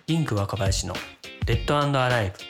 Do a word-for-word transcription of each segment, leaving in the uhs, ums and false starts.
リンク若林のデッド&アライブ。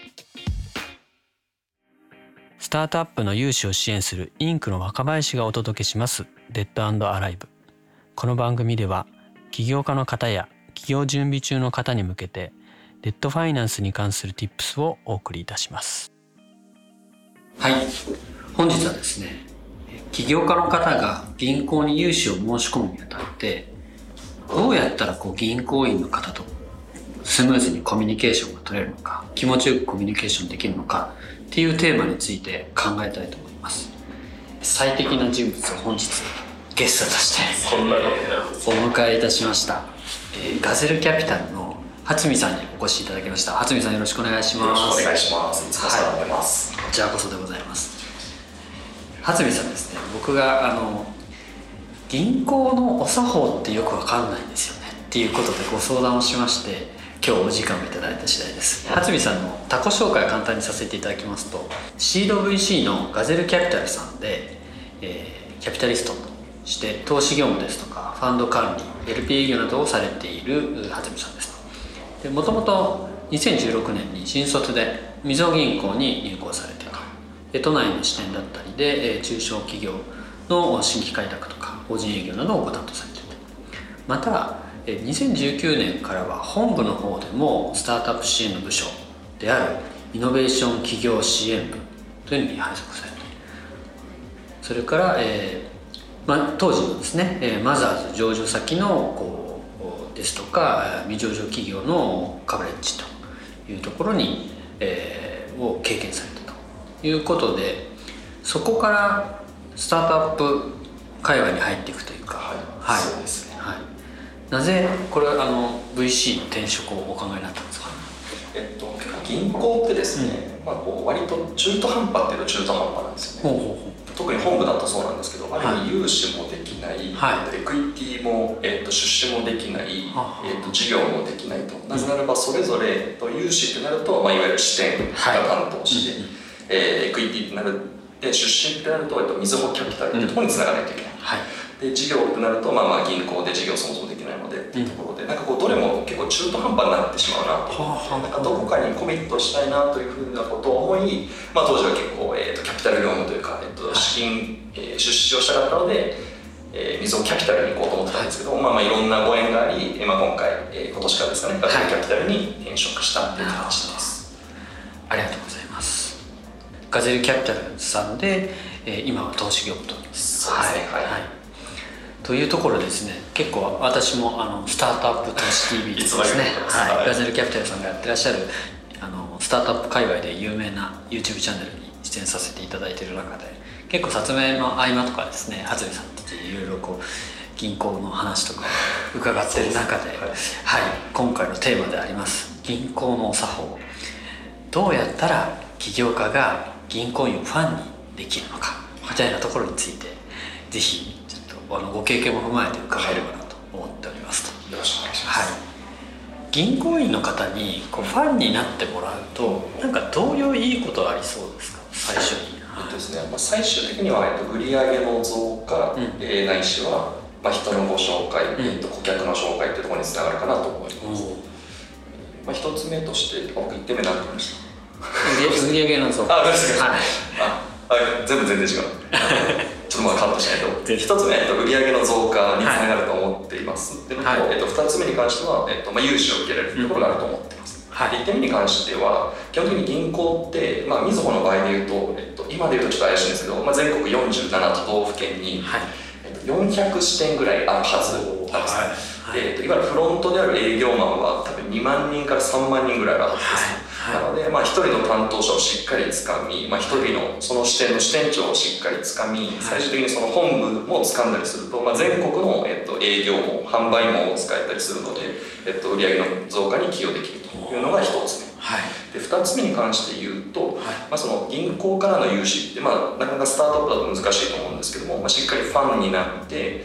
スタートアップの融資を支援するインクの若林がお届けしますデッド&アライブ。この番組では起業家の方や起業準備中の方に向けてデッドファイナンスに関する Tips をお送りいたします。はい、本日はですね、起業家の方が銀行に融資を申し込むにあたってどうやったらこう銀行員の方とスムーズにコミュニケーションが取れるのか、気持ちよくコミュニケーションできるのかっていうテーマについて考えたいと思います。最適な人物を本日ゲストとしてお迎えいたしました、えー、ガゼルキャピタルの初見さんにお越しいただきました。初見さん、よろしくお願いします。 よろしくお願いします。いつもお世話になってます。 はい、こちらこそでございます。初見さんですね、僕があの銀行のお作法ってよくわかんないんですよねっていうことでご相談をしまして、今日お時間をいただいた次第です。初見さんの他己紹介を簡単にさせていただきますと、シード ブイシー のガゼルキャピタルさんで、えー、キャピタリストとして投資業務ですとかファンド管理、 エルピー 営業などをされている初見さんです。で、もともとにせんじゅうろくねんに新卒でみずほ銀行に入行されている。で、都内の支店だったりで、えー、中小企業の新規開拓とか法人営業などをご担当されている。またにせんじゅうきゅうねんからは本部の方でもスタートアップ支援の部署であるイノベーション企業支援部というのに配属されている。それから、えーまあ、当時のですね、えー、マザーズ上場先のこうですとか未上場企業のカバレッジというところに、えー、を経験されたということで、そこからスタートアップ界隈に入っていくというか、 はい、 はい、 そうですね。 はい、なぜこれはあの ブイシー の転職をお考えになったんですか？ えっと、結構銀行ってですね、うん、まあ、こう割と中途半端っていうと中途半端なんですよね。ほうほうほう。特に本部だとそうなんですけど、ある意味融資もできない、はい、エクイティも、えっと、出資もできない、はい、えっと、事業もできないと。なぜならばそれぞれ融資ってなると、まあ、いわゆる支店が担当して、はい、えー、エクイティってなるで出資ってなると、えっと、みずほキャピタルっていうところにつながないといけない、うん、はい、で事業ってなると、まあ、まあ銀行で事業そもそもできないのでっていうところで、うん、なんかこうどれも結構中途半端になってしまうなと思って、なんかどこかにコミットしたいなというふうなことを思い、まあ、当時は結構、えー、とキャピタル業務というか、えー、と資金、えー、出資をしたかったので、えー、みずほキャピタルに行こうと思ってたんですけど、はい、まあ、まあいろんなご縁があり、えーまあ、今回、えー、今年からですかね、ガゼルキャピタルに転職したっていう形です。 ありがとうございます。ガゼルキャピタルさんで、えー、今は投資業務と。 そうですね、はい、はい、 というところですね、結構私もあのスタートアップ投資 ティービー ですね、はいはい、ガゼルキャピタルさんがやってらっしゃるあのスタートアップ界隈で有名な YouTube チャンネルに出演させていただいている中で、結構撮影の合間とかですね、初見さんたちいろいろこう銀行の話とか伺っている中で、はい、はい、今回のテーマであります銀行のお作法、どうやったら起業家が銀行員をファンにできるのかみたいなところについて、ぜひちょっとあのご経験も踏まえて伺えればなと思っておりますと。 よろしくお願いします。はい、 銀行員の方にこうファンになってもらうと、なんかどういういいことありそうですか、最初に？ えっとですね、まあ、最終的には、えっと、売上の増加、うん、えー、ないしは、まあ、人のご紹介、うん、えっと、顧客の紹介っていうところにつながるかなと思います。まあ、一つ目として僕いってんめ何て言いました？ 売上の増加。 あ、ですか。はい、あ、全部全然違う。ちょっとまあカットしないと。一つ目、えっと、売上の増加につながると思っています。で、はい、えっと、二つ目に関しては、えっとまあ、融資を受けられるところがあると思っています。はい、いってんめに関しては、基本的に銀行って、まあ、みずほの場合でいうと、えっと、今でいうとちょっと怪しいんですけど、まあ、全国よんじゅうなな都道府県に、はい、えっと、よんひゃく支店ぐらいあるはずなんですね。はい、で、えっと、いわゆるフロントである営業マンは多分にまんにんからさんまんにんぐらいあるはずです。はい、なので、まあ、ひとりの担当者をしっかりつかみ、まあ、ひとりのその支店の支店長をしっかりつかみ、最終的にその本部もつかんだりすると、まあ、全国の、えっと、営業も販売網を使えたりするので、えっと、売上の増加に寄与できるというのがひとつめ。はい、でふたつめに関して言うと、はい、まあ、その銀行からの融資って、まあ、なかなかスタートアップだと難しいと思うんですけども、まあ、しっかりファンになって、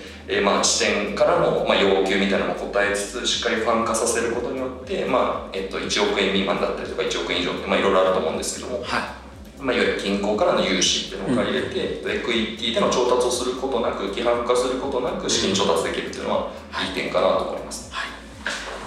えー、まあ支店からの、まあ、要求みたいなのも答えつつ、しっかりファン化させることによって、まあえっと、いちおくえん未満だったりとかいちおくえん以上って、まあ、いろいろあると思うんですけども、はい、まあ、いわゆる銀行からの融資っていうのを借りれて、うん、エクイティでの調達をすることなく、規範化することなく資金調達できるっていうのはいい点かなと思います。はい、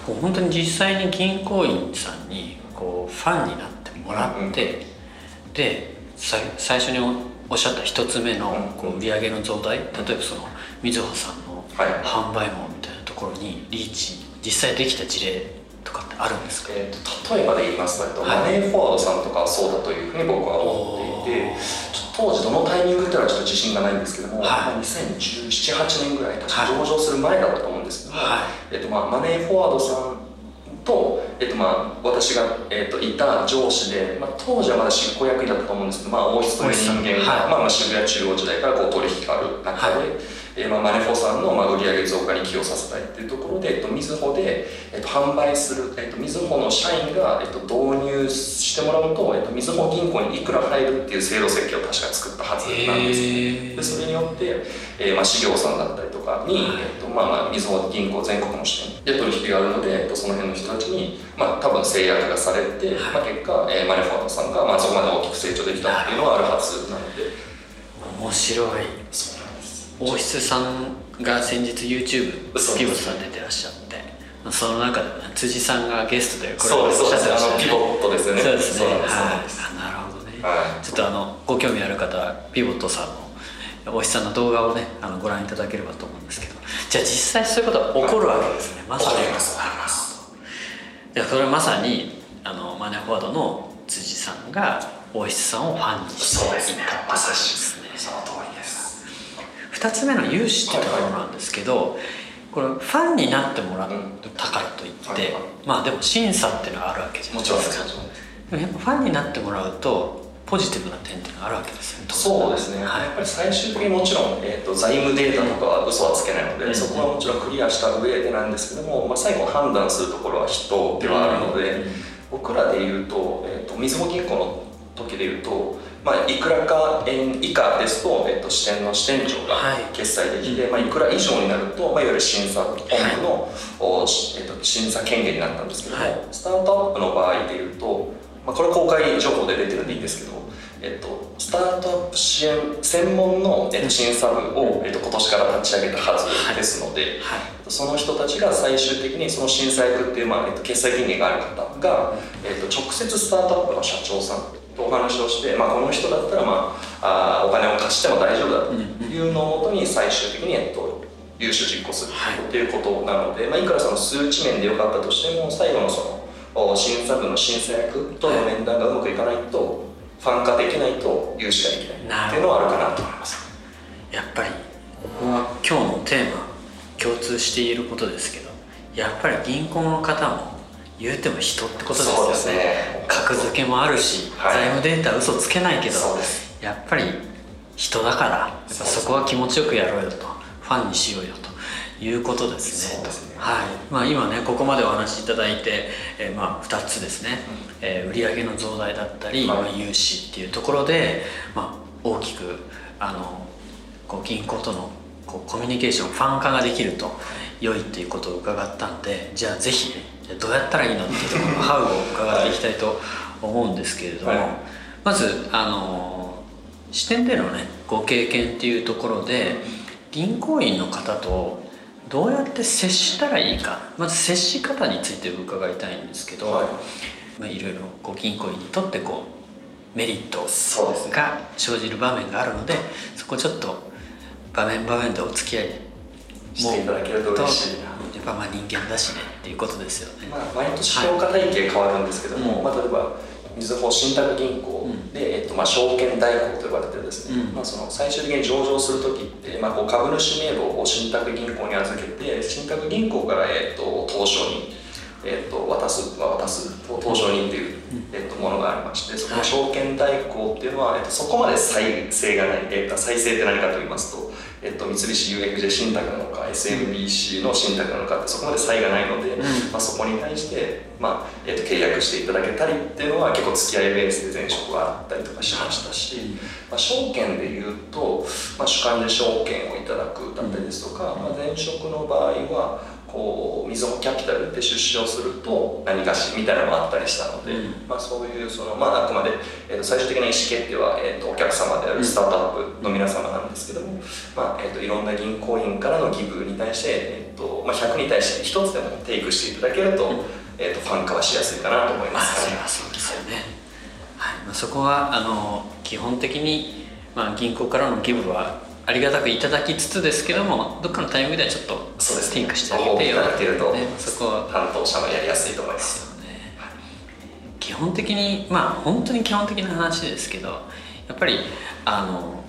こう本当に実際に銀行員さんにこうファンになってもらって、うんうん、で最初におっしゃった一つ目のこう売上の増大、例えばそのみずほさんの販売網みたいなところにリーチ実際できた事例とかってあるんですか？ えー、と例えばで言いますと、はい、マネーフォワードさんとかはそうだというふうに僕は思っていて、当時どのタイミングっていうのはちょっと自信がないんですけども、はい、にせんじゅうなな、はちねんぐらい確か上場する前だったと思うんですけども、はい、えーとまあ、マネーフォワードさんと、えーとまあ、私が、えーといた上司で、まあ、当時はまだ執行役員だったと思うんですけど、まあ、王室という人間が、はいまあ、渋谷中央時代からこう取引がある中で、はいえーまあ、マネフォさんのまあ売上増加に寄与させたいっていうところで、えっと、みずほで、えっと、販売する、えっと、みずほの社員が、えっと、導入してもらうと、えっと、みずほ銀行にいくら入るっていう制度設計を確か作ったはずなんですね。でそれによって、えーまあ、事業さんだったりとかに、えっとまあまあ、みずほ銀行全国の支店で取引があるので、えっと、その辺の人たちに、まあ、多分制約がされて、まあ、結果、えー、マネフォさんが、まあ、そこまで大きく成長できたっていうのはあるはずなので。 面白い。王室さんが先日 YouTube ピボットさん出てらっしゃって、その中でも、ね、辻さんがゲストでこれをおっしゃってましたね。 ピボットですよね。 そうですね。はい。なるほどね。はい、ちょっとあのご興味ある方はピボットさんの王室さんの動画をねあのご覧いただければと思うんですけど、じゃあ実際そういうことが起こるわけですね。はい、まさに。起こります。あります。じゃあそれはまさにあのマネーフォワードの辻さんが王室さんをファンにしていた。そうですね。まさしくですね。その通りです。ふたつめの融資ってところなんですけど、これファンになってもらったからといって、うんはいはい、まあでも審査っていうのがあるわけじゃないですか。でもやっぱファンになってもらうとポジティブな点っていうのがあるわけですよね。 そうですね、はい、やっぱり最終的にもちろん、えー、と財務データとかは嘘はつけないので、うん、そこはもちろんクリアした上でなんですけども、まあ、最後判断するところは人ではあるので、うん、僕らでいうと、えー、とみずほ銀行の時でいうとまあ、いくらか円以下ですと、えっと、支店の支店長が決済できて、はいまあ、いくら以上になると、まあ、いわゆる審査本部の、はいえっと、審査権限になったんですけども、はい、スタートアップの場合でいうと、まあ、これ公開情報で出てるんでいいんですけど、えっと、スタートアップ支援専門の、えっと、審査部を、えっと、今年から立ち上げたはずですので、はいはい、その人たちが最終的にその審査役っていう、まあえっと、決済権限がある方が、えっと、直接スタートアップの社長さんとお話をして、まあ、この人だったら、まあ、あお金を貸しても大丈夫だというのをもとに最終的に、えっと、融資を実行するということなので、まあ、いくらその数値面で良かったとしても最後のその審査部の審査役との面談がうまくいかないとファン化できないと融資ができないっていうのはあるかなと思います。 やっぱりここは今日のテーマ共通していることですけど、やっぱり銀行の方も言うても人ってことですよね。そうですね。格付けもあるし、はい、財務データ嘘つけないけどやっぱり人だからやっぱそこは気持ちよくやろうよと、ファンにしようよということですね。そうですね。はいまあ、今ねここまでお話しいただいて、えー、まあふたつですね、うんえー、売上の増大だったり、はいまあ、融資っていうところで、まあ、大きくあのこう銀行とのこうコミュニケーションファン化ができると良いっていうことを伺ったんで、じゃあぜひどうやったらいいのっていうところのハウを伺っていきたいと思うんですけれども、はい、まずあの支店でのねご経験っていうところで銀行員の方とどうやって接したらいいか、まず接し方について伺いたいんですけど、はいまあ、いろいろこう銀行員にとってこうメリットが生じる場面があるので、そこちょっと場面場面でお付き合いしていただけると嬉しいな。 やっぱまあ人間だしねっていうことですよね。 まあ、毎年評価体系変わるんですけども、はいまあ、例えばみずほ信託銀行で、うんえっと、まあ証券代行と呼ばれてるですね、うんまあ、その最終的に上場するときって、まあ、こう株主名簿を信託銀行に預けて信託銀行から、えっと、当初に、えっと、渡す渡す当初人っていう、えっと、ものがありまして、その証券代行っていうのは、えっと、そこまで再生がない、えっと、再生って何かと言いますとえっと、三菱 ユーエフジェー 信託なのか エスエムビーシー の信託なのかってそこまで差異がないので、うんまあ、そこに対して、まあえっと、契約していただけたりっていうのは結構付き合いベースで前職があったりとかしましたし、うんまあ、証券でいうと、まあ、主幹で証券をいただくだったりですとか、うんまあ、前職の場合はこうみずほキャピタルで出資をすると何かしみたいなのもあったりしたので、うん、まあ、そういうその、まあ、あくまで、えー、と最終的な意思決定は、えー、とお客様であるスタートアップの皆様なんですけども、まあえー、といろんな銀行員からのギブに対して、えーとまあ、ひゃくに対してひとつでもテイクしていただけると、うん、えー、とファン化はしやすいかなと思います、 ね。あ、そうですよね。はい、まあ、そこはあの基本的に、まあ、銀行からのギブはありがたくいただきつつですけども、どっかのタイミングではちょっとスティンクしてあげてよっていうと、 ね、そこは担当者もやりやすいと思いますよね。基本的に、まあ本当に基本的な話ですけど、やっぱりあの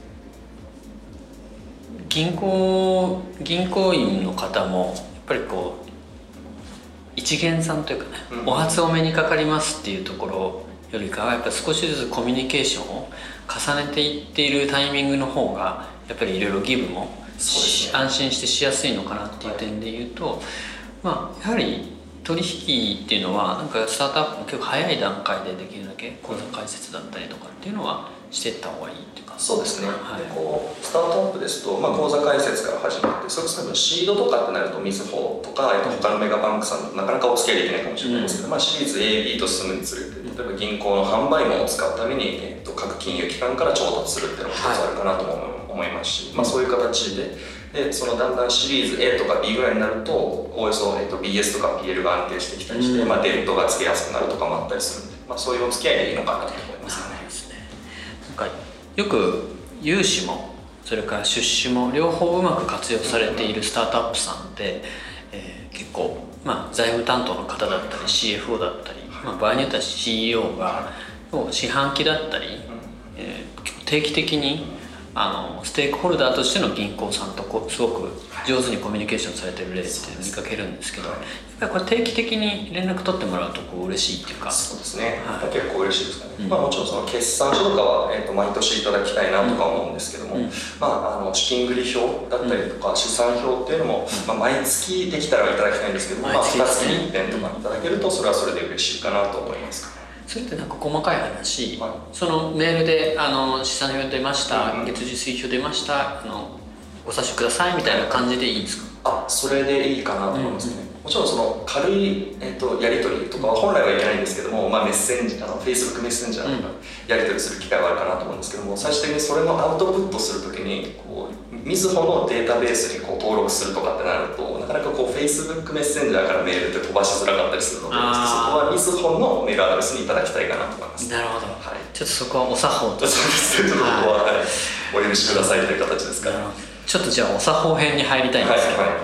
銀行銀行員の方もやっぱりこう一元さんというかね、うん、お初お目にかかりますっていうところよりかはやっぱり少しずつコミュニケーションを重ねていっているタイミングの方がやっぱりいろいろギブも、そうですね、安心してしやすいのかなっていう点で言うと、はい、まあやはり取引っていうのはなんかスタートアップも結構早い段階でできるだけ口座開設だったりとかっていうのはしていった方がいいっていうか。 そうですね、はい、でこうスタートアップですと、まあ、口座開設から始まって、それこそシードとかってなるとみずほとか、えっと、他のメガバンクさんとなかなかお付き合いできないかもしれないですけど、うん、まあ、シリーズ エービー と進むにつれて、例えば銀行の販売網を使うために、えっと、各金融機関から調達するっていうのも一つあるかなとも思いますし、はい、まあ、そういう形で、でそのだんだんシリーズ A とか B ぐらいになるとおおよそ、えっと、ビーエス とか ピーエル が安定してきたりして、うん、まあ、デッドがつけやすくなるとかもあったりするんで、まあ、そういうお付き合いでいいのかなと思いますね。 なんかよく融資もそれから出資も両方うまく活用されているスタートアップさんで、えー、結構、まあ、財務担当の方だったり シーエフオー だったり、まあ、場合によっては シーイーオー が四半期だったり、えー、定期的にあのステークホルダーとしての銀行さんとこすごく上手にコミュニケーションされてる例って見かけるんですけど、やっぱりこれ定期的に連絡取ってもらうとこう嬉しいっていうか。 そうですね、はい、結構嬉しいですかね、うん、まあ、もちろんその決算書とかは、えー、と毎年いただきたいなとか思うんですけども、うん、まあ、あの資金繰り表だったりとか、うん、資産表っていうのも、まあ、毎月できたらいただきたいんですけども、まあ、ふたつにいっぺんとかいただけるとそれはそれで嬉しいかなと思いますかね。 それってなんか細かい話、はい、そのメールであの資産表出ました、うん、月次水表出ました、あのご察しくださいみたいな感じでいいんですか？ あ、それでいいかなと思いますね、うんうん、もちろんその軽い、えー、とやり取りとかは本来はいけないんですけども、まあ、メッセンジャーの Facebook メッセンジャーとかやり取りする機会はあるかなと思うんですけども、最終的にそれのアウトプットするときにこうみずほのデータベースにこう登録するとかってなると、なかなかこう Facebook メッセンジャーからメールって飛ばしづらかったりするので、そこはみずほのメールアドレスにいただきたいかなと思います。 なるほど、はい、ちょっとそこはお作法とそうですね、ちょっとここは、はい、お許しくださいという形ですから。 ちょっとじゃあお作法編に入りたいんですけど、はいはい、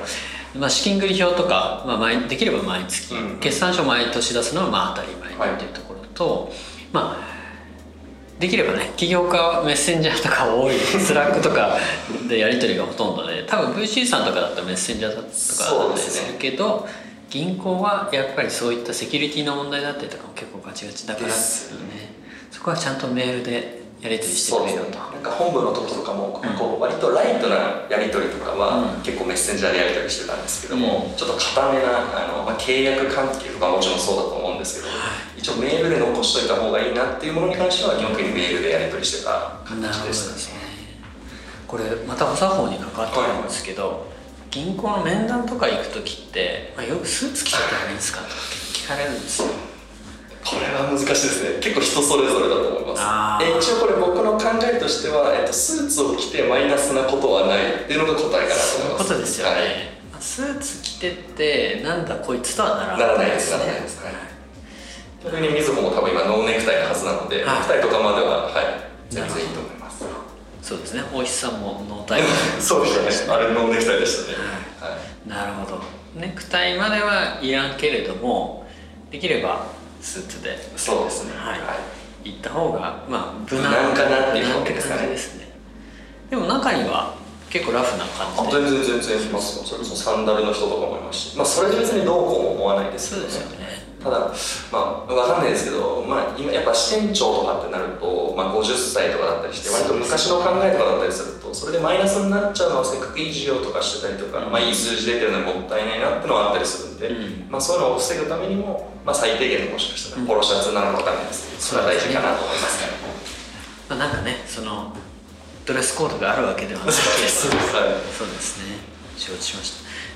まあ、資金繰り表とか、まあ、毎できれば毎月、うん、決算書毎年出すのはまあ当たり前っていうところと、はい、まあできればね、起業家はメッセンジャーとか多いスラックとかでやり取りがほとんどで、多分 ブイシー さんとかだったらメッセンジャーとかだったりするけど、ね、銀行はやっぱりそういったセキュリティの問題だったりとかも結構ガチガチだからですよね。そこはちゃんとメールでやり取りしてくれよと。 なんか本部の時とかも、うん、こう割とライトなやり取りとかは、うん、結構メッセンジャーでやり取りしてたんですけども、うん、ちょっと固めなあの、まあ、契約関係とかももちろんそうだと思うんですけど、一応メールで残しといた方がいいなっていうものに関しては基本的にメールでやり取りしてた感じでしたね。 これまたお作法に関わってくるんですけど、はい、銀行の面談とか行く時って、まあ、よくスーツ着てたらいいんですかって聞かれるんですよ。 これは難しいですね。結構人それぞれだと思います。え一応これ僕の考えとしては、えっと、スーツを着てマイナスなことはないっていうのが答えかなと思います。 そういうことですよね、はい、スーツ着てってなんだこいつとはならない、 ならないです、ならないです、はい、逆にみずほも多分今ノーネクタイのはずなので、はい、ネクタイとかまでは、はい、全然いいと思います。 そうですね、大石さんもノータイそうでしたね、あれノーネクタイでしたね、 はいはい、なるほど。ネクタイまではいらんけれども、できればスーツで、 そうですね、はい、 はい、行った方がまあ無難かなっていう感じですね。でも中には結構ラフな感じで、全然全然いますよ。それこそサンダルの人とかもいますし、まあそれで別にどうこうも思わないですけどね。 そうですよね。 ただまあ分かんないですけど、まあ今やっぱ支店長とかってなると、まあごじゅっさいとかだったりして、割と昔の考えとかだったりすると、それでマイナスになっちゃうのはせっかくいい事業とかしてたりとか、まあいい数字出てるのにもったいないなってのはあったりするんで、うん、まあそういうのを防ぐためにも、まあ最低限のもしかしたらポロシャツなのか分かんないですけど、それは大事かなと思いますね。 まあなんかね、そのドレスコードがあるわけではないけど、そうですね、承知しました。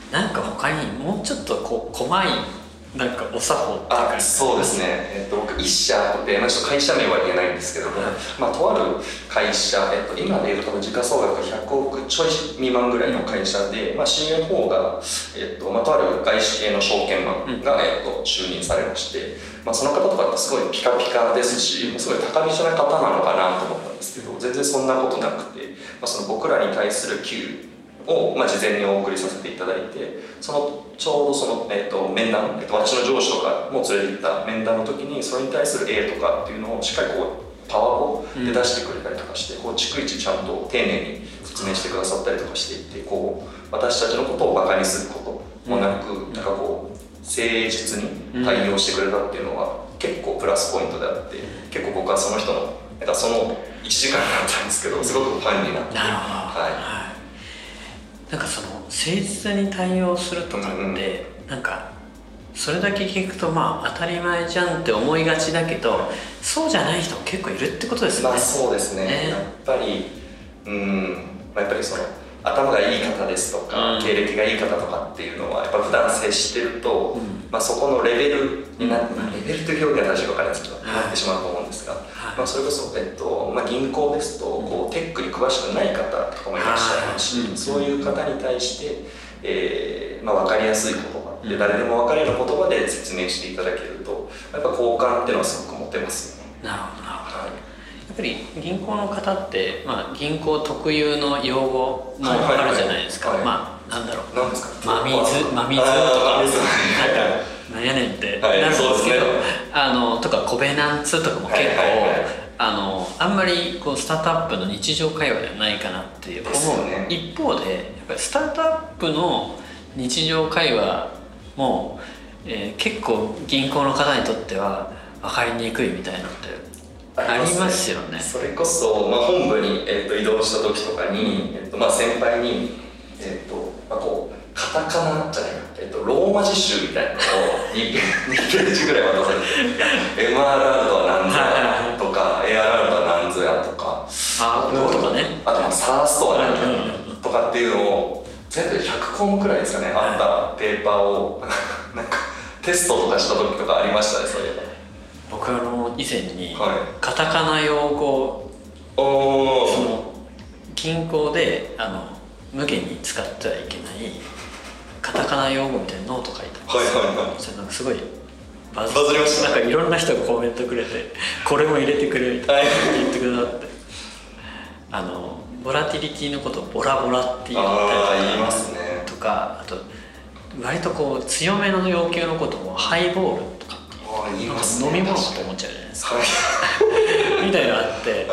なんか他にもうちょっとこう細いなんかお作法っていうか、 あ、そうですね、えっと、僕一社で、まあ、ちょっと会社名は言えないんですけども、はい、まあ、とある会社、えっと、今でいうと多分時価総額ひゃくおくちょい未満ぐらいの会社で、まあ、シーエフオー が、えっとまあ、とある外資系の証券マンが、えっと、就任されまして、まあ、その方とかってすごいピカピカですし、すごい高飛車な方なのかなと思ったんですけど、全然そんなことなくて、まあ、その僕らに対する給を、まあ、事前にお送りさせていただいて、そのちょうどその、えー、と面談、えー、と私の上司とかも連れて行った面談の時にそれに対する A とかっていうのをしっかりこうパワポで出してくれたりとかして、うん、こう逐一ちゃんと丁寧に説明してくださったりとかしていて、こう私たちのことをバカにすることもなく、うん、なんかこう誠実に対応してくれたっていうのは結構プラスポイントであって、結構僕はその人のなんかそのいちじかんだったんですけど、すごくファンになって、 なるほど、はい、なんかその誠実に対応するとかって、うんうん、なんかそれだけ聞くとまあ当たり前じゃんって思いがちだけど、そうじゃない人も結構いるってことですよね。 まあそうですね、ね、やっぱりうん、まあ、やっぱりその頭がいい方ですとか、うん、経歴がいい方とかっていうのはやっぱ普段接してると、うん、まあ、そこのレベルになって、うん、レベルという表現は確か分かりますけど、うん、なってしまうと思うんですが、はい、まあ、それこそ、えっとまあ、銀行ですとこうテックに詳しくない方とかもいらっしゃいますし、うん、そういう方に対して、えーまあ、分かりやすい言葉で、誰でも分かるような言葉で説明していただけるとやっぱ好感っていうのはすごく持てますよね。 なるほどなるほど、はい、やっぱり銀行の方って、まあ、銀行特有の用語もあるじゃないですか、はいはいはい、まあなんだろう、 何ですか、 真水真水とかなんかなんやねんってなるんですけど、あのとかコベナンツとかも結構、はいはいはい、あのあんまりこうスタートアップの日常会話ではないかなっていう思う、ね、一方でやっぱりスタートアップの日常会話も、えー、結構銀行の方にとっては分かりにくいみたいなのってありますよね。 それこそ、まあ、本部に、えー、と移動した時とかに、えーとまあ、先輩に、えーとまあ、こうカタカナじゃないか、えー、とローマ字集みたいなのをにページぐらい渡されてエムアールアール とは何ぞやとか エーアールアール とは何ぞやとか、 あとかね、 あとまあ サース とは何ぞやとかっていうのを全部でひゃくこうもくらいですかね、あったペーパーをなんかテストとかした時とかありましたね。そういえば僕あの以前にカタカナ用語、 はい、 その銀行であの無限に使ってはいけないカタカナ用語みたいなノート書いてます。 はいはいはい。 それなんかすごいバズバズりました。 なんかいろんな人がコメントくれてこれも入れてくれみたいな言ってくださって、あのボラティリティのことをボラボラって言ったりとか、 あ言いますね、 とか、あと割とこう強めの要求のことをハイボールとか言いますね、 飲み物かと思っちゃうじゃないですか、 はい、 みたいなのがあって、 はい、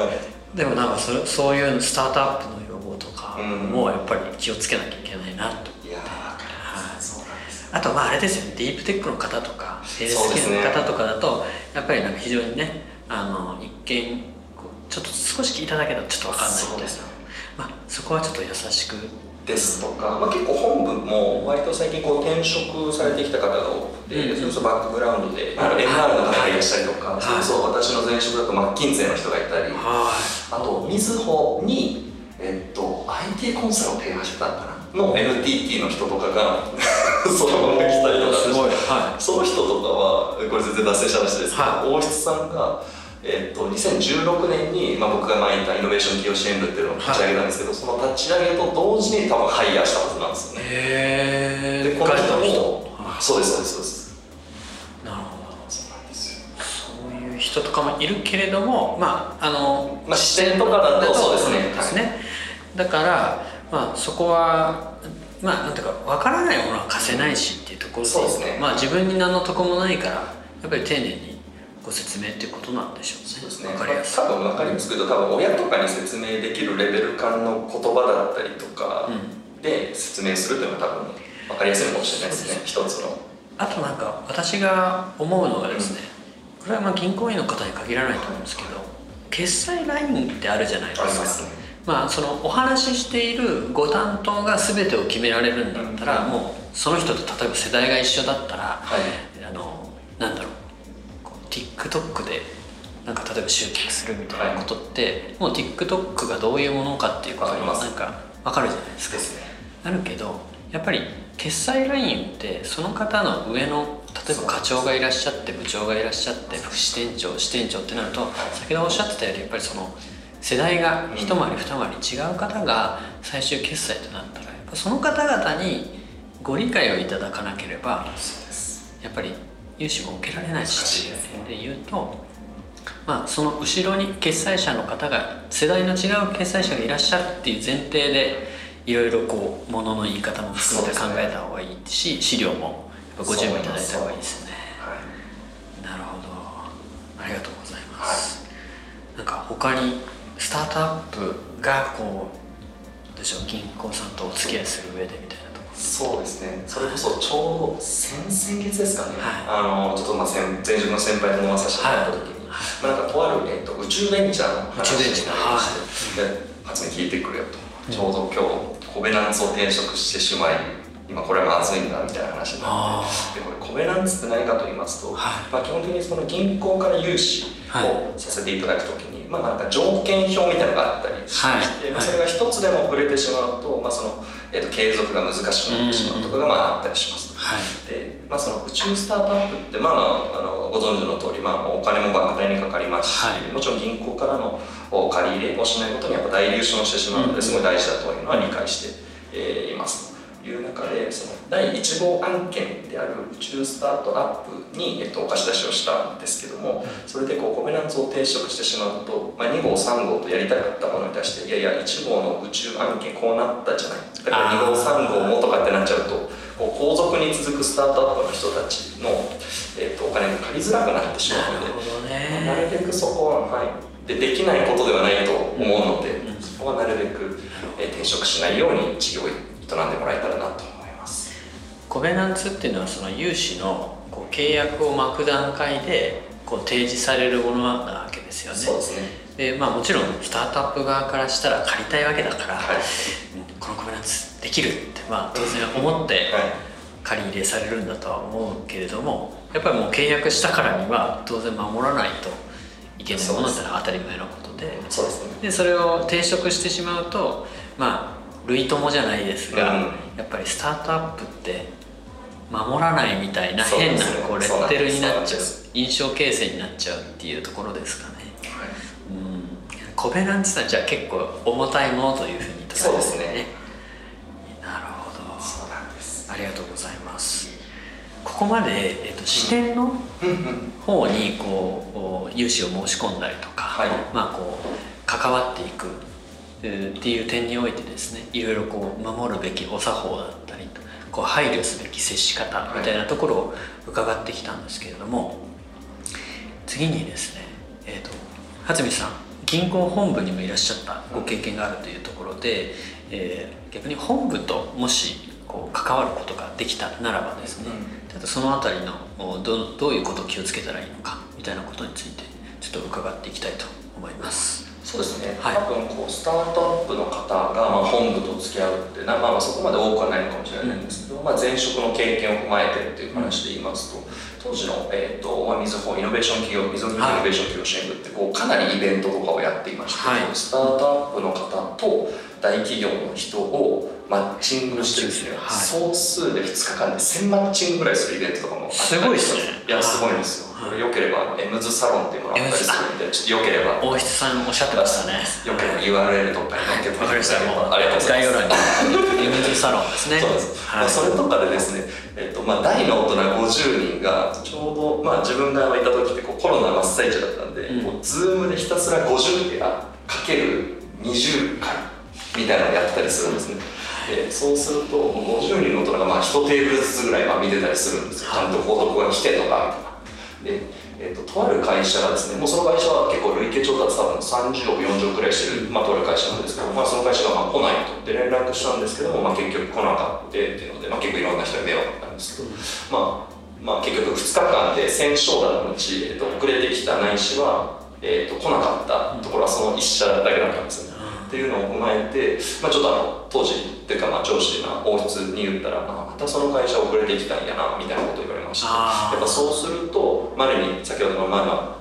でもなんか そ, そういうスタートアップの用語とかもやっぱり気をつけなきゃいけないなと。 いやー、そうなんです。 あとまああれですよね、ディープテックの方とかセールス系の方とかだと、やっぱりなんか非常にね、あの一見ちょっと少し聞いただけだとちょっと分かんないみたいな、まあ、そこはちょっと優しくですとか、まあ、結構本部も割と最近こう転職されてきた方が多くて、うん、それこそバックグラウンドで エムアール の方がいらっしゃりとか、はい、それこそ私の前職だとマッキンゼーの人がいたり、はい、あとみずほに、えっと、アイティー コンサルを提案してたのかなの エヌティーティー の人とかがそのまま来たりとか、 すごい、はい、 その人とかはこれ全然脱線した話ですけど、はい、大室さんがえー、とにせんじゅうろくねんに、まあ、僕が前いたイノベーション企業支援部っていうのを立ち上げたんですけど、はい、その立ち上げと同時に多分ハイヤーしたはずなんですよね。 へー、でこの人もそうですそうですそうです。 なるほど、 そうなんですよ。 そういう人とかもいるけれども、まああの、 まあ、視点とかだとそうですね、 ですね、はい、だから、まあ、そこはまあなんていうか分からないものは貸せないしっていうところで、 そうですね、 まあ、自分に何の得もないからやっぱり丁寧にご説明っていうことなんでしょうね。 そうですね。分かりやすい。多分分かりやすく言うと、多分親とかに説明できるレベル感の言葉だったりとかで説明するというのが多分分かりやすいかもしれないですね。一つの。 あとなんか私が思うのがですね、うん、これはまあ銀行員の方に限らないと思うんですけど、決済ラインってあるじゃないですか。ありますね。まあそのお話ししているご担当が全てを決められるんだったら、うん、もうその人と例えば世代が一緒だったら、はい、あのなんだろう。TikTok でなんか例えば集客するみたいなことって、はい、もう TikTok がどういうものかっていうことがなんか分かるじゃないですか。ですね。あるけどやっぱり決済ラインってその方の上の例えば課長がいらっしゃって部長がいらっしゃって副支店長支店長ってなると、先ほどおっしゃってたようにやっぱりその世代が一回り二回り違う方が最終決済となったら、やっぱその方々にご理解をいただかなければやっぱり融資も受けられないしっていう点で言うと、まあその後ろに決済者の方が世代の違う決済者がいらっしゃるっていう前提でいろいろこう物の言い方も含めて考えた方がいいし、資料もやっぱご準備いただいた方がいいですよね。はい、なるほど、ありがとうございます。はい、なんか他にスタートアップがこうどうでしょう、銀行さんとお付き合いする上でみたいなところ。 そうですね、それこそちょうど先々月ですかね、はい、あのちょっとまあ前職の先輩と飲まさせてもらった時に、はい、まあ、なんかとある、えー、と宇宙ベンチャーの話になりまして、で初め聞いてくれよと、ちょうど今日コベナンツを転職してしまい、今これはまずいんだみたいな話になって、でこれコベナンツって何かと言いますと、はい、まあ、基本的にその銀行から融資をさせていただくときに、はい、まあ、なんか条件表みたいなのがあったりして、はい、まあ、それが一つでも触れてしまうと、まあそのえー、と継続が難しくなってしまうとかがまああったりします。はい、でまあ、その宇宙スタートアップって、まあ、あのご存知の通り、まあ、お金も莫大にかかりますし、はい、もちろん銀行からの借り入れをしないことにやっぱ大流出をしてしまうのですごい大事だというのは理解して、えー、いますという中で、そのだいいち号案件である宇宙スタートアップに、えっと、お貸し出しをしたんですけども、それでこうコベナンツを抵触してしまうと、まあ、に号さん号とやりたかったものに対して、いやいやいち号の宇宙案件こうなったじゃない、だからに号さん号もとかってなっちゃうと、こう後続に続くスタートアップの人たちの、えっと、お金が借りづらくなってしまうので、 な, なるべくそこは、はい、でできないことではないと思うので、うん、そこはなるべく、えー、転職しないように事業を営んでもらえたらなと思います。 コベナンツっていうのはその融資のこう契約を巻く段階でこう提示されるものなわけですよね。 そうですね。 で、まあ、もちろんスタートアップ側からしたら借りたいわけだから、はい、このコベナンツできるって、まあ、当然思って借り入れされるんだとは思うけれども、やっぱりもう契約したからには当然守らないといけないものってのは当たり前のことで、 そうですね。 でそれを抵触してしまうと、まあ類友じゃないですが、うん、やっぱりスタートアップって守らないみたいな変なこうレッテルになっちゃう、印象形成になっちゃうっていうところですかね。はい、うん、コベナンツはじゃあ結構重たいものというふうに捉えてそうですね。 なるほど。 そうなんです。 ありがとうございます。ここまで、えっと、支店の方にこう融資を申し込んだりとか、はい、まあこう関わっていくっていう点においてですね、いろいろこう守るべきお作法だったりとこう配慮すべき接し方みたいなところを伺ってきたんですけれども、次にですね、えーと、初見さん銀行本部にもいらっしゃったご経験があるというところで、えー、逆に本部ともしこう関わることができたならばですね、うん、そのあたりの ど, どういうことを気をつけたらいいのかみたいなことについてちょっと伺っていきたいと思います。 そうですね、はい、多分こうスタートアップの方がまあ本部と付き合うってな、まあ、まあそこまで多くはないのかもしれないんですけど、うん、まあ、前職の経験を踏まえてっていう話で言いますと、当時の、えーとまあ、みずほイノベーション企業みずほイノベーション企業支援部ってこうかなりイベントとかをやっていまして、はい、スタートアップの方と大企業の人をマッチングしてですね、はい、総数でふつかかんでせんマッチングぐらいするイベントとかもあったりすごいですね。いやすごいんですよ。これよければエムズサロンっていうのがあったりするんで、ちょっとよければ大石さんおっしゃってましたね。 よければ ユーアールエル とかに載っけてもらってありがとうございます。 概要欄にエムズサロンですね。 そうです、はい、まあ、それとかでですね、えっとまあ、大の大人ごじゅうにんがちょうど、まあ、自分がいた時ってこうコロナ真っ最中だったんで、うん、こうズームでひたすらごじゅうペアかけるにじゅっかいみたいなのをやったりするんですね。でそうするとごじゅうにんの大人がまあいちテーブルずつぐらいまあ見てたりするんですよ。ちゃんと報告が来てとかみたいな。でえー、と, とある会社がですね、もうその会社は結構累計調達多分さんじゅうおくよんじゅうおくくらいしてる、まあ、とある会社なんですけど、まあ、その会社がまあ来ないとで連絡したんですけども、まあ、結局来なかったっていうので、まあ、結構いろんな人に迷惑だったんですけど、まあまあ、結局ふつかかんでせん商談のうち、えー、と遅れてきたないしは、えー、と来なかったところはそのいっ社だけだったんですよね。っていうのを踏まえて、まあ、ちょっとあの当時っていうかまあ上司が王室に言ったら、まあ、またその会社遅れてきたんやなみたいなことを言われまして、やっぱそうするとまるに先ほどのまあまあ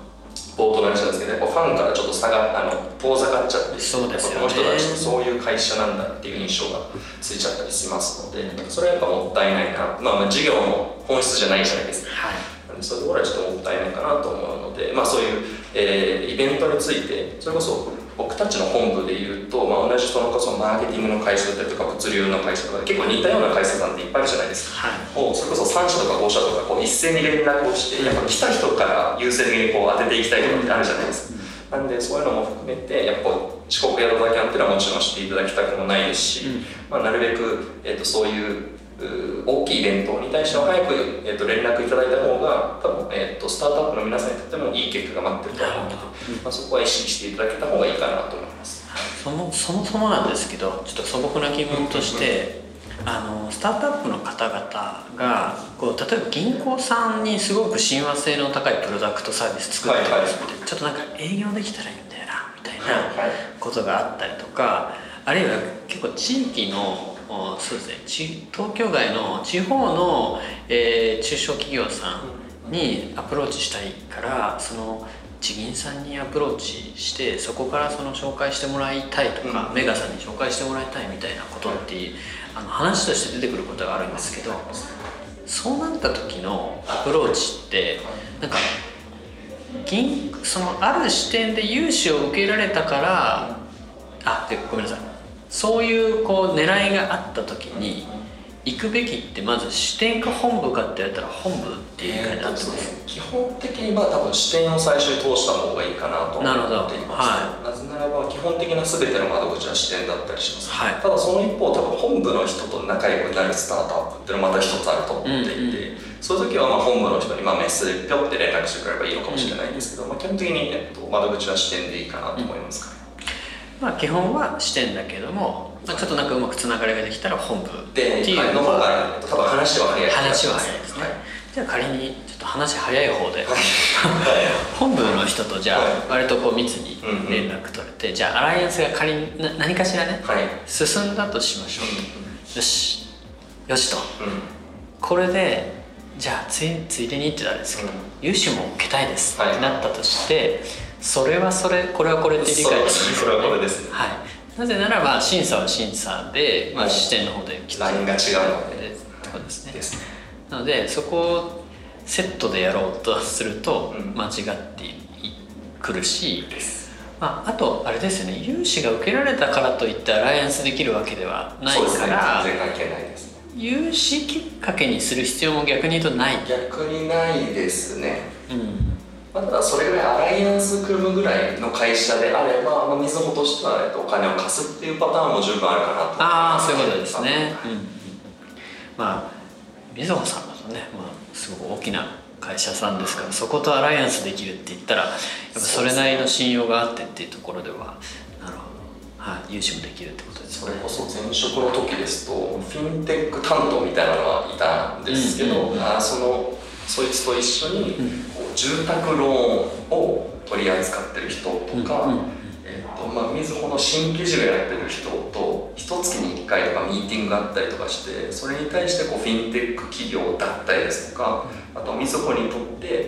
冒頭の話なんですけど、やっぱファンからちょっと差があの遠ざかっちゃって、 そうですよね、 この人たちそういう会社なんだっていう印象がついちゃったりしますので、それはやっぱもったいないな、まあ、まあ事業の本質じゃないじゃないですか、はい、そういうところはちょっともったいないかなと思うので、まあ、そういう、えー、イベントについてそれこそ僕たちの本部でいうと、まあ、同じそのこそマーケティングの会社だったりとか物流の会社とか結構似たような会社さんっていっぱいあるじゃないですか、はい、もうそれこそさん社とかご社とかこう一斉に連絡をしてやっぱ来た人から優先的にこう当てていきたいとかってあるじゃないですか、うん、なんでそういうのも含めてやっぱ遅刻やるだけあっていうのはもちろんしていただきたくもないですし、うん、まあ、なるべく、えー、とそういう大きいイベントに対しては早く、えー、と連絡いただいた方が多分、えー、とスタートアップの皆さんにとってもいい結果が待ってると思うので、まあ、そこは意識していただけた方がいいかなと思います。 そもそもそもなんですけど、ちょっと素朴な疑問として、うんうん、あのスタートアップの方々がこう例えば銀行さんにすごく親和性の高いプロダクトサービス作ってますので、はいはい、ちょっとなんか営業できたらいいんだよなみたいなことがあったりとか、あるいは結構地域のそうですね、東京外の地方の、えー、中小企業さんにアプローチしたいから、その地銀さんにアプローチしてそこからその紹介してもらいたいとか、うん、メガさんに紹介してもらいたいみたいなことっていうあの話として出てくることがあるんですけど、そうなった時のアプローチってなんか銀そのある視点で融資を受けられたからあでごめんなさいそういうこう狙いがあった時に行くべきってまず支店か本部かって言われたら本部っていう感じになってます、 えー、基本的にまあ多分支店を最初に通した方がいいかなと思っています、はい、なぜならば基本的な全ての窓口は支店だったりします、はい、ただその一方多分本部の人と仲良くなるスタートアップっていうのはまた一つあると思っていて、うんうん、そういう時はまあ本部の人にまあメッセージでピョって連絡してくれればいいのかもしれないんですけど、うん、まあ、基本的に、えっと、窓口は支店でいいかなと思いますかね、 うん、まあ、基本は支店だけども、まあ、ちょっとなんかうまくつながりができたら本部っていうのが多分話は早い話は早いですね、はい、じゃあ仮にちょっと話早い方で本部の人とじゃあ割とこう密に連絡取れて、じゃあアライアンスが仮に何かしらね、はい、進んだとしましょう、うん、よしよしと、うん、これでじゃあついついでにって言ったらですけど、うん、融資も受けたいです、はい、ってなったとしてそれはそれこれはこれって理解ですね。 それはこれですね、 はい、なぜならば審査は審査で、まあ、支店の方でラインが違うのでってことですね。 ですね。 なのでそこをセットでやろうとすると間違ってくるし、うん、まあ、あとあれですよね、融資が受けられたからといってアライアンスできるわけではないから、そうですね、 全然関係ないですね。 融資きっかけにする必要も逆に言うとない。 逆にないですね。 うん、 まあ、ただそれぐらいアライアンス組むぐらいの会社であれば、まあ、みずほとしてはお金を貸すっていうパターンも十分あるかなと思います。 ああ、そういうことですね、うん、まあみずほさんだとね、まあ、すごく大きな会社さんですから、そことアライアンスできるって言ったらやっぱそれなりの信用があってっていうところでは、なるほど、はい、融資もできるってことですね。 それこそ前職の時ですとフィンテック担当みたいなのがいたんですけど、うんうん、あそのそいつと一緒にこう住宅ローンを取り扱ってる人とか、うんうん、えーとまあ、みずほの新規事業やってる人と一月にいっかいとかミーティングがあったりとかして、それに対してこうフィンテック企業だったりですとか、あとみずほにとって、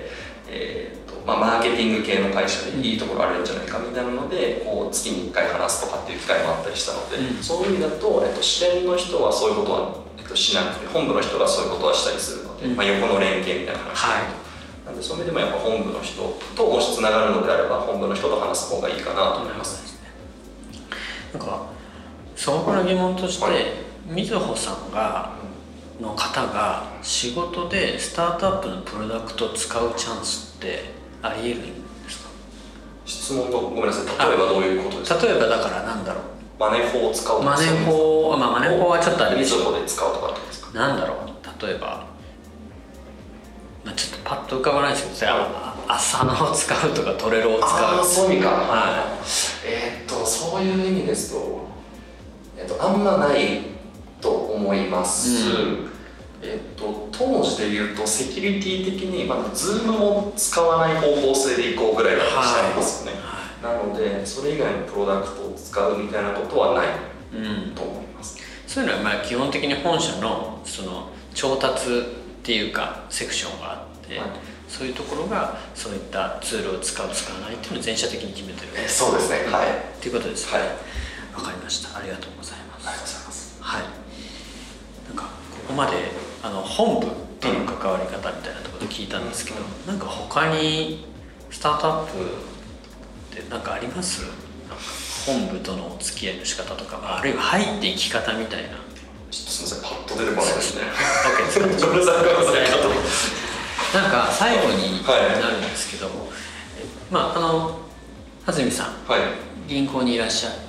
えーとまあ、マーケティング系の会社でいいところあるんじゃないかみたいなのでこう月にいっかい話すとかっていう機会もあったりしたので、うん、そういう意味だと、えーと、支店の人はそういうことは、えーと、しなくて本部の人がそういうことはしたりするので、うん、まあ、横の連携みたいな話だと、はい、なんでそういう意味でもやっぱ本部の人ともしつながるのであれば本部の人と話す方がいいかなと思います。 なんか素朴な疑問として、はい、みずほさんがの方が仕事でスタートアップのプロダクトを使うチャンスってありえるんですか？ 質問のごめんなさい、例えばどういうことですか？ 例えばだからなんだろう、 マネフォを使うとか、 マネフォ、まあ、マネフォはちょっとあれですけどみずほで使うとかってことですか？ なんだろう、例えば、まあ、ちょっとパッと浮かばないですけど、アサノを使うとかトレロを使う、 ああ、そういう意味か、 はい、 えー、っとそういう意味ですと、えー、っとあんまないと思います、うん、えー、っと当時で言うとセキュリティ的にまだ Zoom も使わない方向性でいこうぐらいだったりしたんですよね、はい、なのでそれ以外のプロダクトを使うみたいなことはないと思います、うん、 そういうのはまあ基本的に本社のその調達っていうかセクションがあって、はい、 そういうところがそういったツールを使う使わないっていうのを全社的に決めてる。 そうですね、はいっていうことですね。 はい、 わかりました。ありがとうございます。 ありがとうございます。 はい。なんかここまであの本部との関わり方みたいなところで聞いたんですけど、うん、なんか他にスタートアップって何かあります？なんか本部とのお付き合いの仕方とか、あるいは入っていき方みたいな。 ちょっとすみません、パッと出てこないですね。 OK ですか。 ごめんなさい、ごめんなさい。 なんか最後になるんですけど、はい、まああの蓮見さん、はい、銀行にいらっしゃって、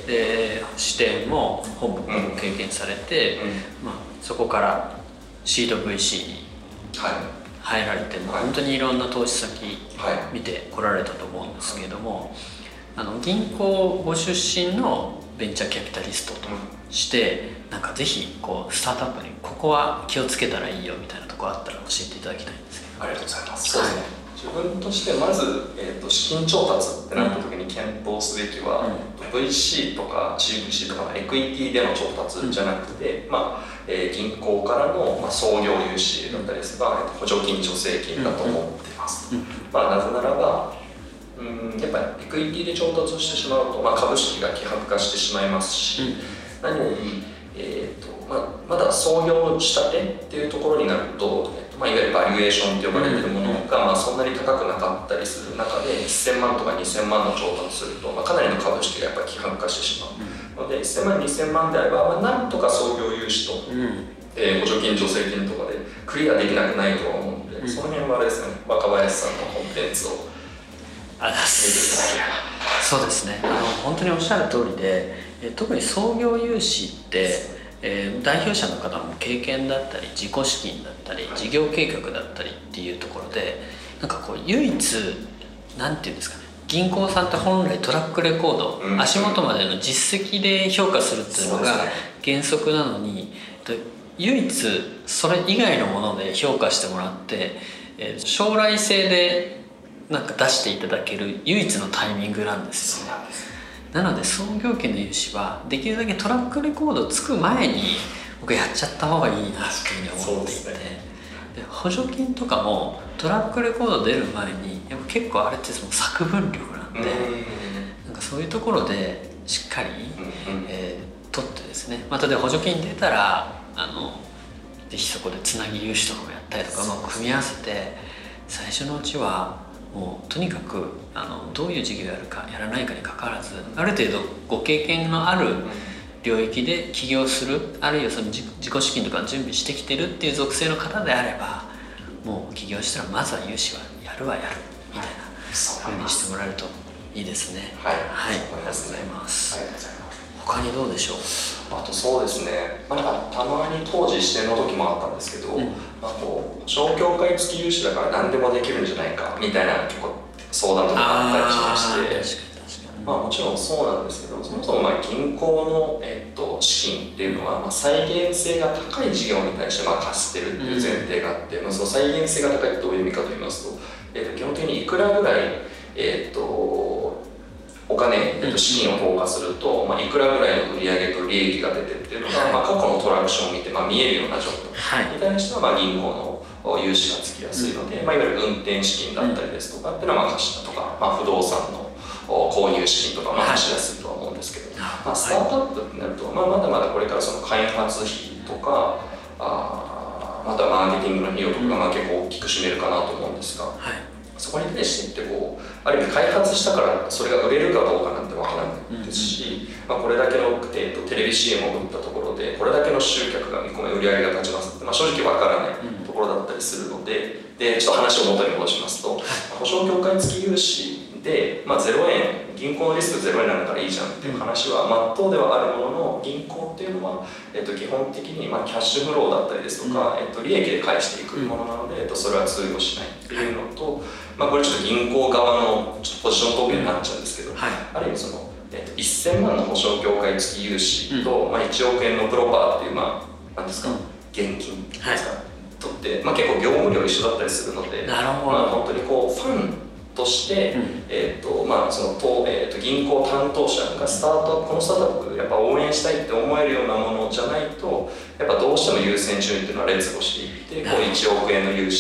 で支店も本部も経験されて、うんうん、まあ、そこからシード ブイシー に入られて、はい、本当にいろんな投資先見てこられたと思うんですけども、あの銀行ご出身のベンチャーキャピタリストとして、なんかぜひこうスタートアップにここは気をつけたらいいよみたいなところあったら教えていただきたいんですけど。 ありがとうございます。そうですね、自分としてまず、えー、と資金調達ってなった時に検討すべきは、うん、ブイシー とか シーブイシー とかのエクイティでの調達じゃなくて、うん、まあえー、銀行からの、まあ、創業融資だったりですが、補助金助成金だと思っています、うんうん、まあ、なぜならばうんやっぱりエクイティで調達してしまうと、まあ、株式が希薄化してしまいますし、うん、何より、えーとまあ、まだ創業したてっていうところになると、まあ、いわゆるバリュエーションと呼ばれているものが、まあ、そんなに高くなかったりする中でせんまんとかにせんまんの調達すると、まあ、かなりの株式がやっぱり希薄化してしまうので、せんまんにせんまんであれば、まあ、なんとか創業融資と、うん、えー、補助金助成金とかでクリアできなくないとは思うので、うん、その辺はあれですね、若林さんのコンテンツをありますそうですね、あの本当におっしゃる通りで、え特に創業融資って、えー、代表者の方も経験だったり自己資金だったり事業計画だったりっていうところで、なんかこう唯一なんていうんですかね、銀行さんって本来トラックレコード、うん、足元までの実績で評価するっていうのが原則なのに、唯一それ以外のもので評価してもらって、えー、将来性でなんか出していただける唯一のタイミングなんですよね。なので創業期の融資はできるだけトラックレコードつく前に僕やっちゃった方がいいなっていうふうに思っていて、で補助金とかもトラックレコード出る前にやっぱ結構あれってその作文力なんで、なんかそういうところでしっかり、えー、取ってですね、まあ、例えば補助金出たらあのぜひそこでつなぎ融資とかもやったりとか、まあ、組み合わせて最初のうちはもうとにかくあのどういう事業やるかやらないかにかかわらず、ある程度ご経験のある領域で起業する、あるいはその自己資金とか準備してきてるっていう属性の方であれば、もう起業したらまずは融資はやるはやるみたいなふうにしてもらえるといいですね。はい、はい、ありがとうございます。ありがとうございます。他にどうでしょう。 あとそうですね、まあ、なんかたまに当時支店の時もあったんですけど、うん、まあ、こう商協会付き融資だから何でもできるんじゃないかみたいな結構相談とかあったりしまして、まあ、もちろんそうなんですけど、そもそもまあ銀行の、えっと、資金っていうのは、まあ、再現性が高い事業に対してまあ貸してるっていう前提があって、うん、まあ、その再現性が高いってどういう意味かと言いますと、えっと、基本的にいくらぐらい、えっとお金、えっと、資金を投下すると、まあ、いくらぐらいの売上と利益が出てっていうのが、はい、まあ、過去のトラクションを見て、まあ、見えるような状況に対しては、まあ、銀行の融資がつきやすいので、うん、まあ、いわゆる運転資金だったりですとかっていうのは、まあ、貸しだとか、まあ、不動産の購入資金とか、まあ、貸しやすいとは思うんですけど、はい、まあ、スタートアップってなると、まあ、まだまだこれからその開発費とか、あまたマーケティングの費用とかがまあ結構大きく占めるかなと思うんですが、はい、そこに対してってこうある意味開発したからそれが売れるかどうかなんてわからないですし、うん、まあ、これだけの、えーと、テレビ シーエム を打ったところでこれだけの集客が見込め売り上げが立ちますって、まあ、正直わからないところだったりするので、でちょっと話を元に戻しますと、保証協会付き融資で、まあ、ゼロえん、銀行のリスクゼロえんなんだからいいじゃんっていう話はまっとうではあるものの、銀行っていうのは、えっと、基本的にまあキャッシュフローだったりですとか、うん、えっと、利益で返していくものなので、えっと、それは通用しないっていうのと、まあ、これちょっと銀行側のちょっとポジショントークになっちゃうんですけど、はい、ある意味その、えっと、せんまんの保証協会付き融資と、うん、まあ、いちおくえんのプロパーっていう、まあ、なんですか、うん、現金ですか、はい、とって、まあ、結構業務量一緒だったりするので、なるほど、まあ、本当にこうファンとして、うん、えーとまあ、そのと、えー、と銀行担当者がスタートこのスタートアップやっぱ応援したいって思えるようなものじゃないと、やっぱどうしても優先順位っていうのは劣後していって、こういちおくえんの融資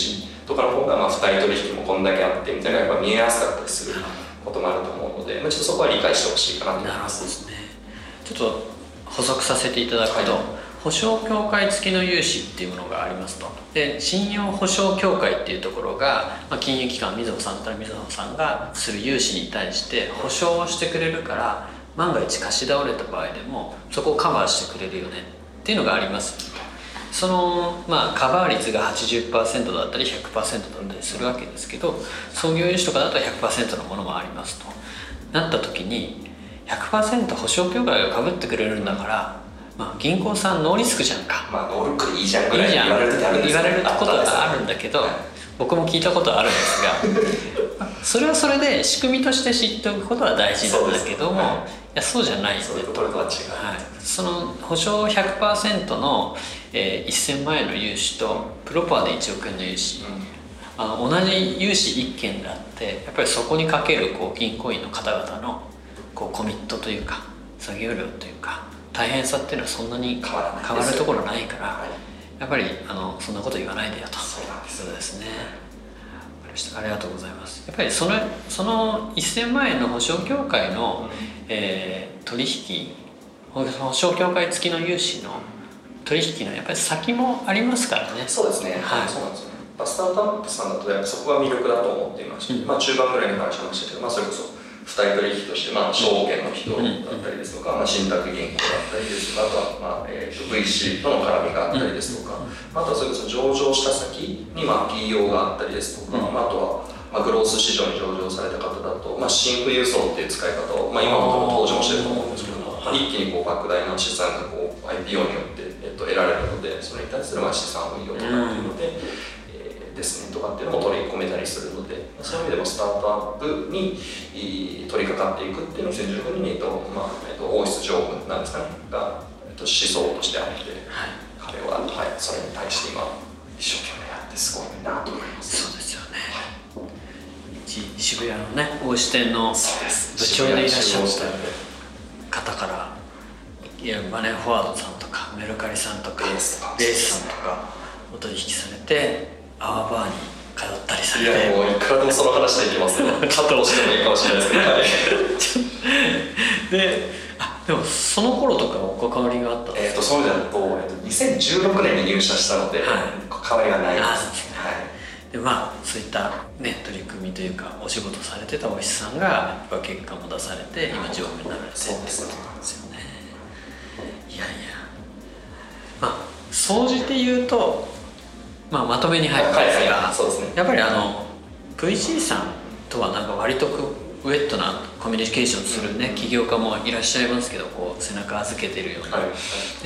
とかの方がまあ付帯取引もこんだけあってみたいなやっぱ見えやすかったりすることもあると思うので、まあ、ちょっとそこは理解してほしいかなと思います。 なるほどですね。ちょっと補足させていただくと、はい、保証協会付きの融資っていうものがありますと。で、信用保証協会っていうところが、まあ、金融機関みずほさんだったらみずほさんがする融資に対して保証をしてくれるから、万が一貸し倒れた場合でもそこをカバーしてくれるよねっていうのがあります。その、まあ、カバー率が はちじゅっパーセント だったり ひゃくパーセント だったりするわけですけど、創業融資とかだと ひゃくパーセント のものもありますとなった時に ひゃくパーセント 保証協会がかぶってくれるんだから、まあ、銀行さんノーリスクじゃんか、 まあノールックでいいじゃんぐらい言われる時あるんです言われることがあるんだけど、僕も聞いたことあるんですがそれはそれで仕組みとして知っておくことは大事なんだけども、はい、いやそうじゃないよね。 そういうところとは違う、はい、 その保証 ひゃくパーセント の、えー、せんまんえんの融資とプロパーでいちおくえんの融資、うん、あの同じ融資いっけんであってやっぱりそこにかけるこう銀行員の方々のこうコミットというか作業量というか大変さっていうのはそんなに変わるところないから、はい、やっぱりあのそんなこと言わないでよと。 そうなんです。 そうですね。ありがとうございます。やっぱりそのそのせんまんえんの保証協会の、うんえー、取引保証協会付きの融資の取引のやっぱり先もありますからね。 そうですね。はい。そうなんですよね。スタートアップさんだとやっぱそこが魅力だと思っていまして、うん、まあ中盤ぐらいに話しましたけど、まあそれこそ付帯取引として、まあ、証券の人だったりですとか、まあ、信託銀行だったりですとか、あとは、まあえー、ブイシー との絡みがあったりですとか、あとはそれこそ上場した先に、まあ、ピーオー があったりですとか、まあ、あとは、まあ、グロース市場に上場された方だと、まあ、新富裕層っていう使い方を、まあ、今のところ登場してると思うんですけども、まあ、一気にこう莫大な資産がこう アイピーオー によって、えっと、得られるので、それに対するまあ資産運用とかっていうので、ですねとかっていうのも取り込めたりするので、そういう意味でもスタートアップに取り掛かっていくっていうのをせんじゅうろくねんに、えっとまあえっと、王室常務なんですかねが、えっと、思想としてあって、はい、彼は、はい、それに対して今一生懸命やってすごいなと思います。 そうですよね、はい、渋谷のね王子店の部長でいらっしゃった方から、いやマネーフォワードさんとかメルカリさんとかレースさんとかお取引されてアワーバーに通ったりされて、 いやもういくらでもその話できますねカットしてもいいかもしれないですけど、 はい、で, あでもその頃とかお関わりがあったんですか？ えーとそうじゃなくと、えーとにせんじゅうろくねんに入社したので、はい、関わりがないです。 はい、でまあそういった、ね、取り組みというかお仕事されてたお医師さんがやっぱ結果も出されて今常務になられてってことなんですよね。いやいや、まあ総じて言うとまあ、まとめに入ったんですが、はいはいそうですね、やっぱりあの ブイシー さんとはなんか割とウェットなコミュニケーションするね、うん、起業家もいらっしゃいますけどこう背中預けてるような、はいはい、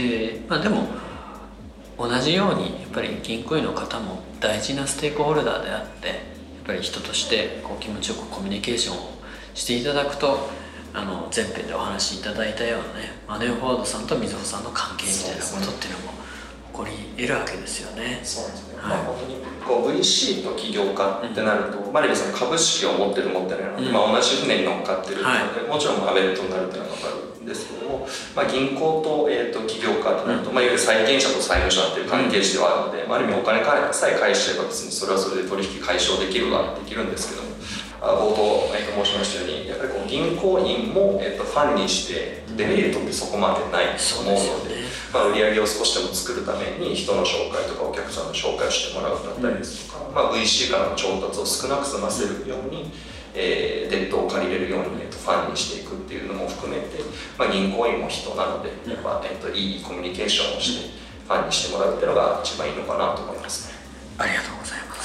で, まあ、でも同じようにやっぱり銀行員の方も大事なステークホルダーであってやっぱり人としてこう気持ちよくコミュニケーションをしていただくとあの前編でお話しいただいたようなねマネーフォワードさんとみずほさんの関係みたいなことっていうのも起こり得るわけですよね。 そうですね、はい、まあ、本当にこう ブイシー と起業家ってなると、うん、まあ、レビさん株式を持ってる持ってないので、うん、まあ、同じ船に乗っかってるので、はい、もちろんアベルトになるっていうのは分かるんですけども、まあ、銀行と、えー、と起業家ってなると、うん、まあ、いわゆる債権者と債務者っていう関係値ではあるので、うん、まあ、ある意味お金さえ返しちゃえば別にそれはそれで取引解消できるはできるんですけども、冒頭、えー、と申しましたようにやっぱりこう銀行員も、えー、とファンにしてデメリットってそこまでないと思うので、まあ、売り上げを少しでも作るために人の紹介とかお客さんの紹介をしてもらうだったりですとか、まあ、ブイシー からの調達を少なく済ませるように、えー、デッドを借りれるように、えー、とファンにしていくっていうのも含めて、まあ、銀行員も人なのでやっぱ、えー、といいコミュニケーションをしてファンにしてもらうっていうのが一番いいのかなと思いますね。 ありがとうございます。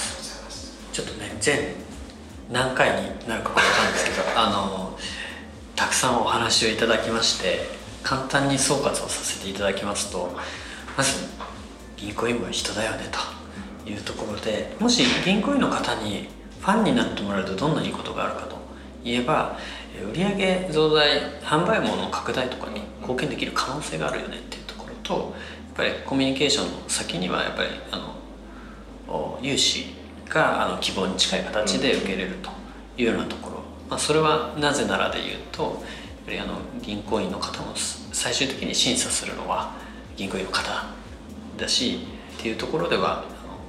ちょっとね全何回になるか分かんないですけどあのたくさんお話をいただきまして簡単に総括をさせていただきますと、まず銀行員も人だよねというところで、もし銀行員の方にファンになってもらうとどんないいことがあるかといえば、売上増大販売網の拡大とかに貢献できる可能性があるよねっていうところと、やっぱりコミュニケーションの先にはやっぱりあの融資があの希望に近い形で受けれるというようなところ、まあ、それはなぜならで言うとやっぱりあの銀行員の方も最終的に審査するのは銀行員の方だしっていうところではあの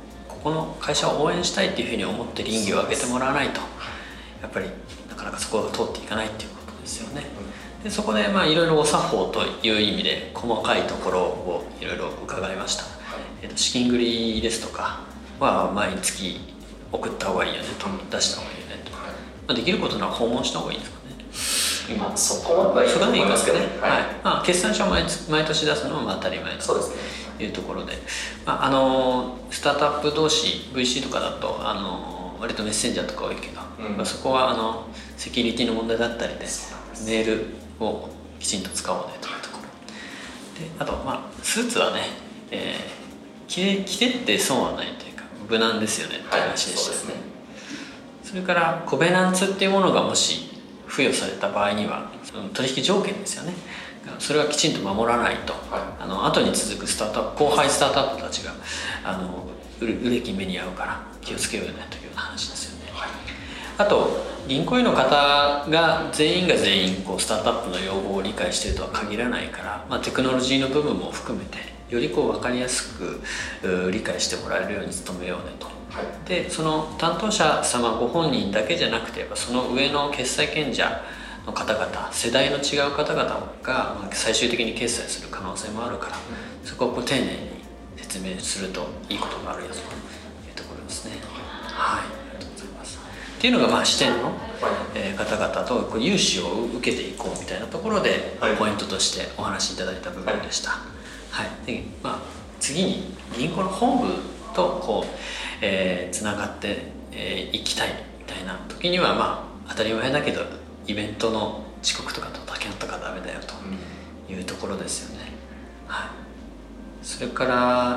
この会社を応援したいっていうふうに思って倫理を上げてもらわないとやっぱりなかなかそこが通っていかないっていうことですよね。でそこでまあいろいろお作法という意味で細かいところをいろいろ伺いました。えー、と資金繰りですとかは毎月送った方がいいよねと、出した方がいいよねと、まあ、できることなら訪問した方がいいですかね。 今そこまではいいと思いますけどね。 はい、まあ、決算書を 毎, 毎年出すのもまあ当たり前というところで、まあ、あのスタートアップ同士 ブイシー とかだとあの割とメッセンジャーとか多いけど、うんまあ、そこはあのセキュリティの問題だったりでメールをきちんと使おうねというところで、あとまあスーツはね、えー、着て着てって損はないというか無難ですよねっていう話でした、はい、そうですね。それからコベナンツっていうものがもし付与された場合には取引条件ですよね、それはきちんと守らないと、はい、あの後に続くスタートアップ後輩スタートアップたちがあの売れき目に遭うから気をつけようよねというような話ですよね、はい、あと銀行員の方が全員が全員こうスタートアップの要望を理解しているとは限らないから、まあ、テクノロジーの部分も含めてよりこう分かりやすく理解してもらえるように努めようねと、はい、でその担当者様ご本人だけじゃなくてその上の決済権者の方々世代の違う方々が最終的に決済する可能性もあるから、うん、そこをこう丁寧に説明するといいことがあるよというところですね。はい、ありがとうございます。っていうのがまあ支店の、えー、方々とこう融資を受けていこうみたいなところで、はい、ポイントとしてお話しいただいた部分でした。はいはい、でまあ、次に銀行の本部とこう、えー、つながってい、えー、きたいみたいな時にはまあ当たり前だけどイベントの遅刻とかと竹とかダメだよというところですよね、はい、それから、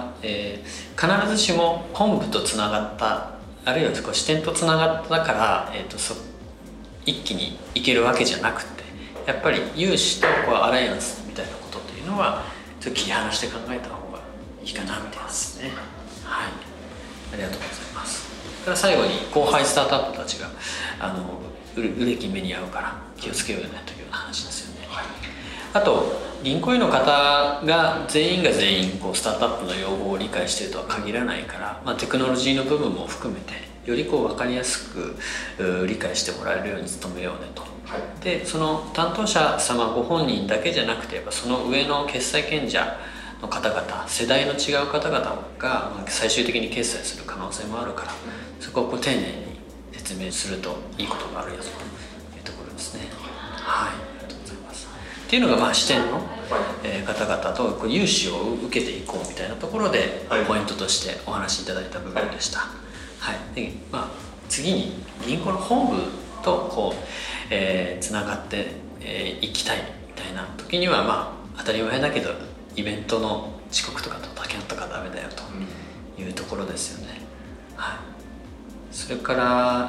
えー、必ずしも本部とつながったあるいはこう支店とつながったから、えー、とそ一気にいけるわけじゃなくてやっぱり融資とこうアライアンスみたいなことというのはちょっと切り離して考えた方がいいかなみたいですね。はい、ありがとうございます。それから最後に後輩スタートアップたちがあの売れき目に遭うから気をつけようよねというような話ですよね、はい、あと銀行員の方が全員が全員こうスタートアップの要望を理解しているとは限らないから、まあ、テクノロジーの部分も含めてよりこう分かりやすく理解してもらえるように努めようねと、はい、でその担当者様ご本人だけじゃなくてその上の決済権者の方々世代の違う方々が最終的に決済する可能性もあるからそこをこう丁寧に説明するといいことがあるよというところですね。はい、ありがとうございます。っていうのがまあ支店の、えー、方々とこう融資を受けていこうみたいなところでポイントとしてお話しいただいた部分でした。はい、でまあ、次に銀行の本部とこう、えー、つながってい、えー、きたいみたいな時にはまあ当たり前だけどイベントの遅刻とかと竹とかダメだよというところですよね。はい、それから、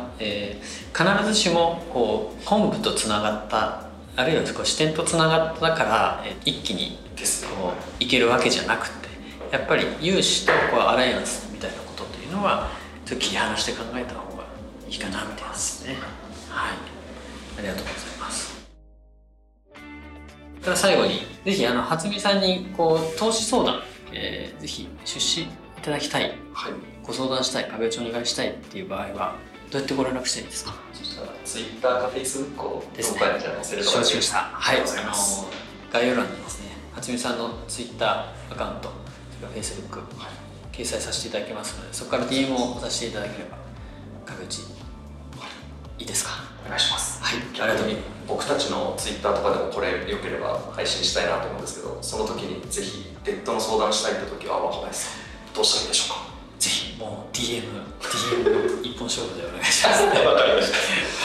えー、必ずしもこう本部とつながったあるいはこう支店とつながったから、えー、一気にこういけるわけじゃなくてやっぱり融資とこうアライアンスみたいなことというのはちょっと切り離して考えた方がいいかなみたいですね。はい、ありがとうございます。それから最後にぜひあの初見さんにこう投資相談、えー、ぜひ出資いただきたい、はい、ご相談したい壁打ちお願いしたいっていう場合はどうやってご連絡したらいいですか？ そしたらツイッターかフェイスブックをですね。 じゃあ載せれば承知しました。はい、あの概要欄にですね初見さんのツイッターアカウントそれからフェイスブック掲載させていただきますのでそこから ディーエム をさせていただければ壁打ちいいですか？ お願いします。 はい、 ありがとう。僕たちのツイッターとかでもこれよければ配信したいなと思うんですけどその時にぜひデッドの相談したいって時は若林さんどうしたらいいでしょうか？ ぜひもう ディーエム、ディーエム の一本勝負でお願いします。わかりました。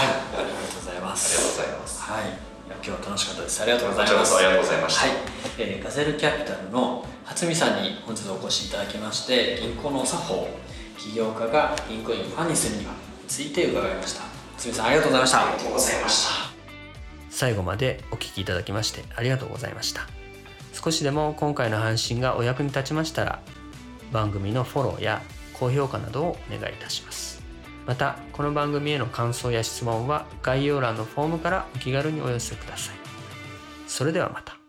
はい、ありがとうございます。 ありがとうございます。 はい、今日は楽しかったです。ありがとうございます。 ありがとうございました。 はい、えー、ガゼルキャピタルの初見さんに本日お越しいただきまして銀行の作法、起業家が銀行員をファンにするにはについて伺いました。初見さんありがとうございました。 ありがとうございました。 最後までお聞きいただきましてありがとうございました。少しでも今回の配信がお役に立ちましたら番組のフォローや高評価などをお願いいたします。またこの番組への感想や質問は概要欄のフォームからお気軽にお寄せください。それではまた。